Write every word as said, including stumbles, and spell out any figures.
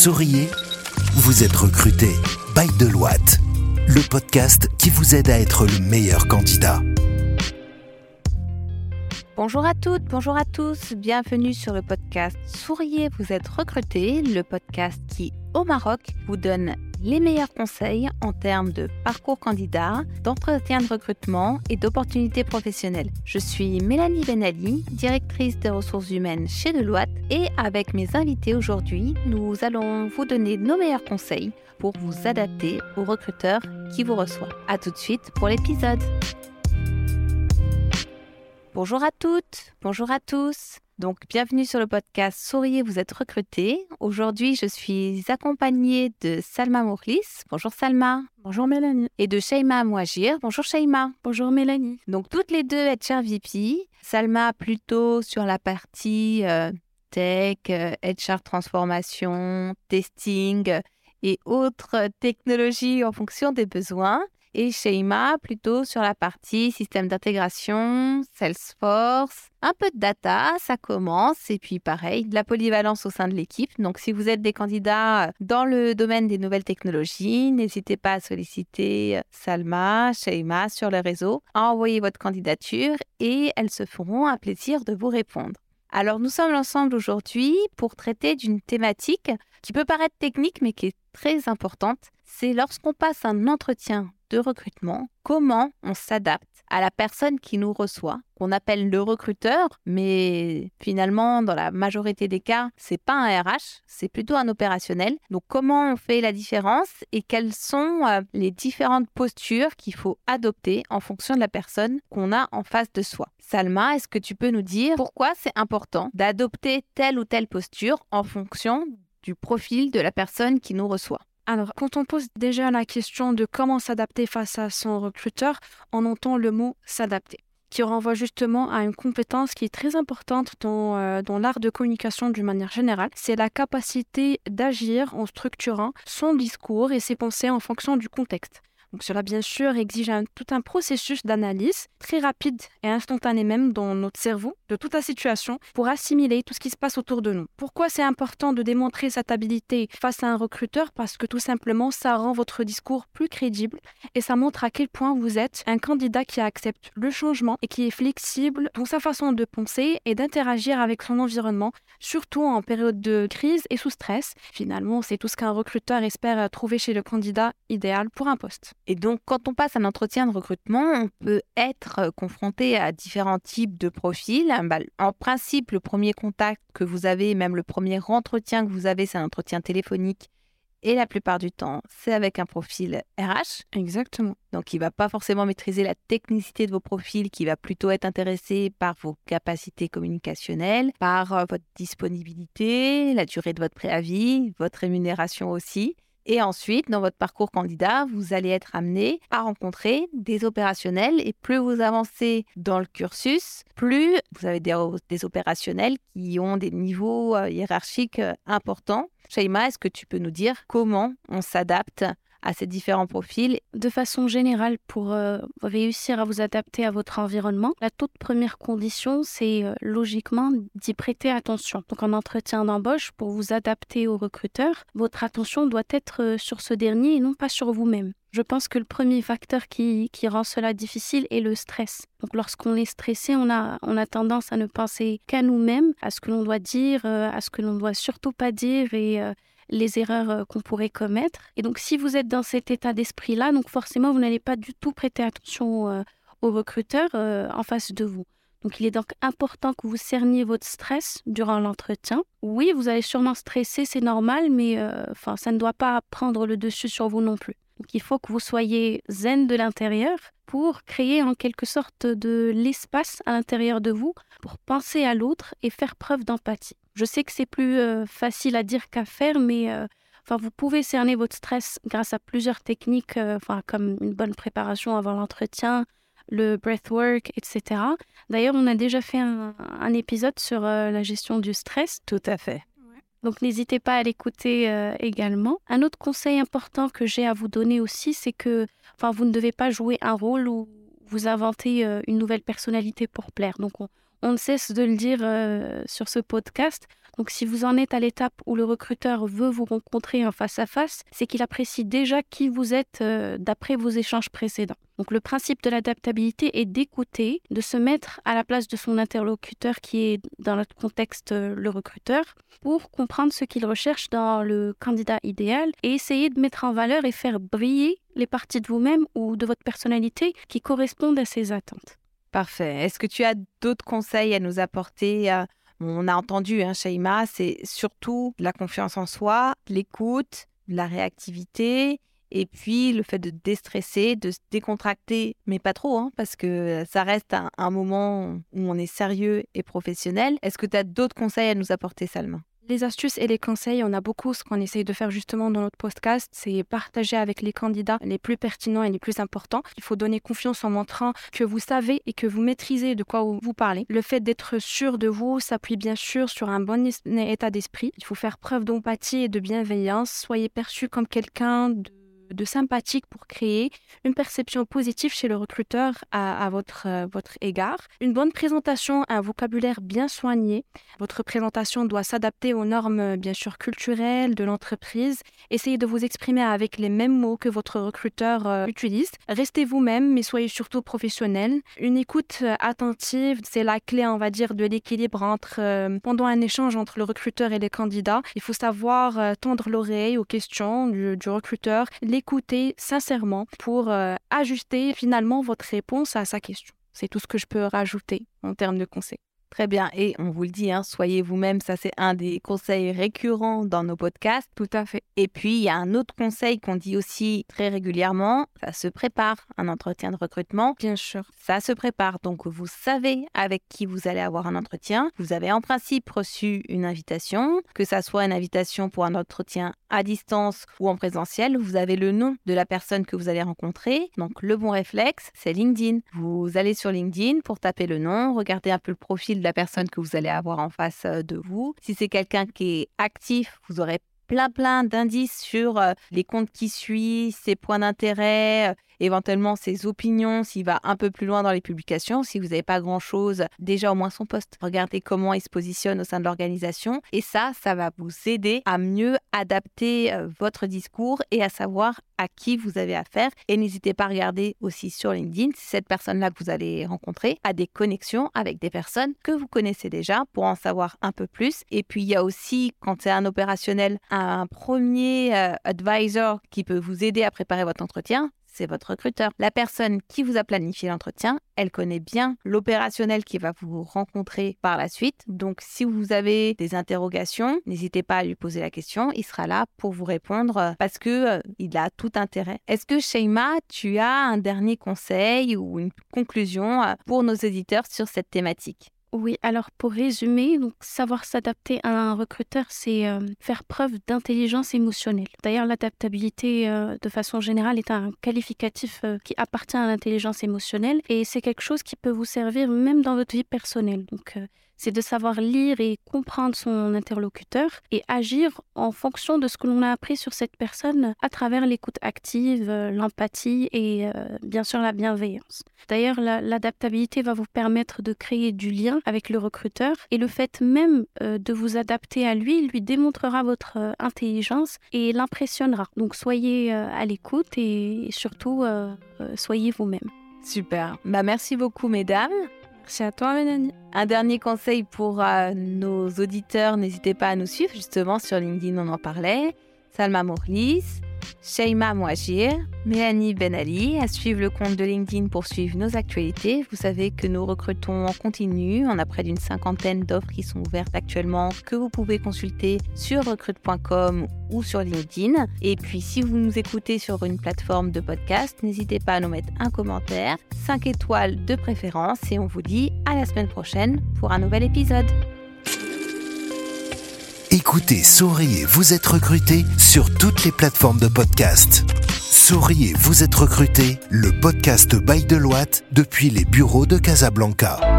Souriez, vous êtes recruté by Deloitte, le podcast qui vous aide à être le meilleur candidat. Bonjour à toutes, bonjour à tous, bienvenue sur le podcast Souriez, vous êtes recruté, le podcast qui, au Maroc, vous donne les meilleurs conseils en termes de parcours candidat, d'entretien de recrutement et d'opportunités professionnelles. Je suis Mélanie Benali, directrice des ressources humaines chez Deloitte et avec mes invités aujourd'hui, nous allons vous donner nos meilleurs conseils pour vous adapter au recruteur qui vous reçoit. À tout de suite pour l'épisode. Bonjour à toutes, bonjour à tous. Donc, bienvenue sur le podcast Souriez, vous êtes recrutés. Aujourd'hui, je suis accompagnée de Salma Mourlis. Bonjour Salma. Bonjour Mélanie. Et de Shaima Mouagir. Bonjour Shaima. Bonjour Mélanie. Donc, toutes les deux H R V P. Salma plutôt sur la partie euh, tech, euh, H R transformation, testing euh, et autres technologies en fonction des besoins. Et Shaima, plutôt sur la partie système d'intégration, Salesforce, un peu de data, ça commence. Et puis pareil, de la polyvalence au sein de l'équipe. Donc si vous êtes des candidats dans le domaine des nouvelles technologies, n'hésitez pas à solliciter Salma, Shaima sur le réseau, à envoyer votre candidature et elles se feront un plaisir de vous répondre. Alors nous sommes ensemble aujourd'hui pour traiter d'une thématique qui peut paraître technique mais qui est très importante. C'est lorsqu'on passe un entretien de recrutement, comment on s'adapte à la personne qui nous reçoit, qu'on appelle le recruteur, mais finalement, dans la majorité des cas, c'est pas un R H, c'est plutôt un opérationnel. Donc, comment on fait la différence et quelles sont euh, les différentes postures qu'il faut adopter en fonction de la personne qu'on a en face de soi. Salma, est-ce que tu peux nous dire pourquoi c'est important d'adopter telle ou telle posture en fonction du profil de la personne qui nous reçoit ? Alors, quand on pose déjà la question de comment s'adapter face à son recruteur, on entend le mot « s'adapter », qui renvoie justement à une compétence qui est très importante dans, euh, dans l'art de communication d'une manière générale. C'est la capacité d'agir en structurant son discours et ses pensées en fonction du contexte. Donc cela, bien sûr, exige un, tout un processus d'analyse très rapide et instantané même dans notre cerveau de toute la situation pour assimiler tout ce qui se passe autour de nous. Pourquoi c'est important de démontrer cette habilité face à un recruteur ? Parce que tout simplement, ça rend votre discours plus crédible et ça montre à quel point vous êtes un candidat qui accepte le changement et qui est flexible dans sa façon de penser et d'interagir avec son environnement, surtout en période de crise et sous stress. Finalement, c'est tout ce qu'un recruteur espère trouver chez le candidat idéal pour un poste. Et donc, quand on passe un entretien de recrutement, on peut être confronté à différents types de profils. Bah, en principe, le premier contact que vous avez, même le premier entretien que vous avez, c'est un entretien téléphonique. Et la plupart du temps, c'est avec un profil R H. Exactement. Donc, il ne va pas forcément maîtriser la technicité de vos profils, qui va plutôt être intéressé par vos capacités communicationnelles, par euh, votre disponibilité, la durée de votre préavis, votre rémunération aussi. Et ensuite, dans votre parcours candidat, vous allez être amené à rencontrer des opérationnels. Et plus vous avancez dans le cursus, plus vous avez des, des opérationnels qui ont des niveaux euh, hiérarchiques euh, importants. Shaima, est-ce que tu peux nous dire comment on s'adapte à ces différents profils? De façon générale, pour euh, réussir à vous adapter à votre environnement, la toute première condition, c'est euh, logiquement d'y prêter attention. Donc en entretien d'embauche, pour vous adapter au recruteur, votre attention doit être euh, sur ce dernier et non pas sur vous-même. Je pense que le premier facteur qui, qui rend cela difficile est le stress. Donc lorsqu'on est stressé, on a, on a tendance à ne penser qu'à nous-mêmes, à ce que l'on doit dire, euh, à ce que l'on ne doit surtout pas dire et euh, les erreurs euh, qu'on pourrait commettre. Et donc si vous êtes dans cet état d'esprit-là, donc forcément vous n'allez pas du tout prêter attention euh, au recruteur euh, en face de vous. Donc il est donc important que vous cerniez votre stress durant l'entretien. Oui, vous allez sûrement stresser, c'est normal, mais euh, enfin, ça ne doit pas prendre le dessus sur vous non plus. Donc il faut que vous soyez zen de l'intérieur pour créer en quelque sorte de l'espace à l'intérieur de vous pour penser à l'autre et faire preuve d'empathie. Je sais que c'est plus euh, facile à dire qu'à faire, mais euh, enfin, vous pouvez cerner votre stress grâce à plusieurs techniques, euh, enfin, comme une bonne préparation avant l'entretien, le breathwork, et cetera. D'ailleurs, on a déjà fait un, un épisode sur euh, la gestion du stress. Tout à fait. Donc, n'hésitez pas à l'écouter euh, également. Un autre conseil important que j'ai à vous donner aussi, c'est que enfin, vous ne devez pas jouer un rôle où vous inventez euh, une nouvelle personnalité pour plaire. Donc, on, On ne cesse de le dire euh, sur ce podcast. Donc, si vous en êtes à l'étape où le recruteur veut vous rencontrer en face à face, c'est qu'il apprécie déjà qui vous êtes euh, d'après vos échanges précédents. Donc, le principe de l'adaptabilité est d'écouter, de se mettre à la place de son interlocuteur qui est, dans notre contexte, euh, le recruteur, pour comprendre ce qu'il recherche dans le candidat idéal et essayer de mettre en valeur et faire briller les parties de vous-même ou de votre personnalité qui correspondent à ses attentes. Parfait. Est-ce que tu as d'autres conseils à nous apporter ? On a entendu, hein, Shaima, c'est surtout la confiance en soi, l'écoute, la réactivité et puis le fait de déstresser, de se décontracter, mais pas trop, hein, parce que ça reste un, un moment où on est sérieux et professionnel. Est-ce que tu as d'autres conseils à nous apporter, Salma ? Les astuces et les conseils, on a beaucoup. Ce qu'on essaye de faire justement dans notre podcast, c'est partager avec les candidats les plus pertinents et les plus importants. Il faut donner confiance en montrant que vous savez et que vous maîtrisez de quoi vous parlez. Le fait d'être sûr de vous s'appuie bien sûr sur un bon état d'esprit. Il faut faire preuve d'empathie et de bienveillance. Soyez perçu comme quelqu'un de de sympathique pour créer une perception positive chez le recruteur à, à votre, euh, votre égard. Une bonne présentation, un vocabulaire bien soigné. Votre présentation doit s'adapter aux normes, bien sûr, culturelles de l'entreprise. Essayez de vous exprimer avec les mêmes mots que votre recruteur euh, utilise. Restez vous-même, mais soyez surtout professionnel. Une écoute euh, attentive, c'est la clé, on va dire, de l'équilibre entre, euh, pendant un échange entre le recruteur et les candidats. Il faut savoir euh, tendre l'oreille aux questions du, du recruteur, l'écouter sincèrement pour euh, ajuster finalement votre réponse à sa question. C'est tout ce que je peux rajouter en termes de conseils. Très bien. Et on vous le dit, hein, soyez vous-même. Ça, c'est un des conseils récurrents dans nos podcasts. Tout à fait. Et puis, il y a un autre conseil qu'on dit aussi très régulièrement. Ça se prépare, un entretien de recrutement. Bien sûr. Ça se prépare. Donc, vous savez avec qui vous allez avoir un entretien. Vous avez en principe reçu une invitation, que ça soit une invitation pour un entretien à distance ou en présentiel. Vous avez le nom de la personne que vous allez rencontrer. Donc, le bon réflexe, c'est LinkedIn. Vous allez sur LinkedIn pour taper le nom, regarder un peu le profil de la personne que vous allez avoir en face de vous. Si c'est quelqu'un qui est actif, vous aurez plein plein d'indices sur euh, les comptes qu'il suit, ses points d'intérêt, euh, éventuellement ses opinions, s'il va un peu plus loin dans les publications. Si vous n'avez pas grand-chose, déjà au moins son poste. Regardez comment il se positionne au sein de l'organisation. Et ça, ça va vous aider à mieux adapter euh, votre discours et à savoir à qui vous avez affaire. Et n'hésitez pas à regarder aussi sur LinkedIn si cette personne-là que vous allez rencontrer a des connexions avec des personnes que vous connaissez déjà pour en savoir un peu plus. Et puis, il y a aussi, quand c'est un opérationnel, un premier euh, advisor qui peut vous aider à préparer votre entretien. C'est votre recruteur. La personne qui vous a planifié l'entretien, elle connaît bien l'opérationnel qui va vous rencontrer par la suite. Donc, si vous avez des interrogations, n'hésitez pas à lui poser la question. Il sera là pour vous répondre parce qu'il euh, a tout intérêt. Est-ce que, Shaima, tu as un dernier conseil ou une conclusion euh, pour nos éditeurs sur cette thématique ? Oui, alors pour résumer, donc savoir s'adapter à un recruteur, c'est euh, faire preuve d'intelligence émotionnelle. D'ailleurs, l'adaptabilité, euh, de façon générale, est un qualificatif euh, qui appartient à l'intelligence émotionnelle et c'est quelque chose qui peut vous servir même dans votre vie personnelle. Donc, euh, c'est de savoir lire et comprendre son interlocuteur et agir en fonction de ce que l'on a appris sur cette personne à travers l'écoute active, euh, l'empathie et euh, bien sûr la bienveillance. D'ailleurs, la, l'adaptabilité va vous permettre de créer du lien avec le recruteur et le fait même euh, de vous adapter à lui lui démontrera votre euh, intelligence et l'impressionnera. Donc soyez euh, à l'écoute et, et surtout euh, euh, soyez vous-même. Super. Bah, merci beaucoup, mesdames. Merci à toi, Mélanie. Un dernier conseil pour euh, nos auditeurs, n'hésitez pas à nous suivre justement sur LinkedIn, on en parlait. Salma Mourlis, Shaima Mouajir, Mélanie Ben Ali, à suivre le compte de LinkedIn pour suivre nos actualités. Vous savez que nous recrutons en continu. On a près d'une cinquantaine d'offres qui sont ouvertes actuellement que vous pouvez consulter sur recrute point com ou sur LinkedIn. Et puis, si vous nous écoutez sur une plateforme de podcast, n'hésitez pas à nous mettre un commentaire, cinq étoiles de préférence. Et on vous dit à la semaine prochaine pour un nouvel épisode. Écoutez Souriez, vous êtes recruté sur toutes les plateformes de podcast. Souriez, vous êtes recruté, le podcast by Deloitte depuis les bureaux de Casablanca.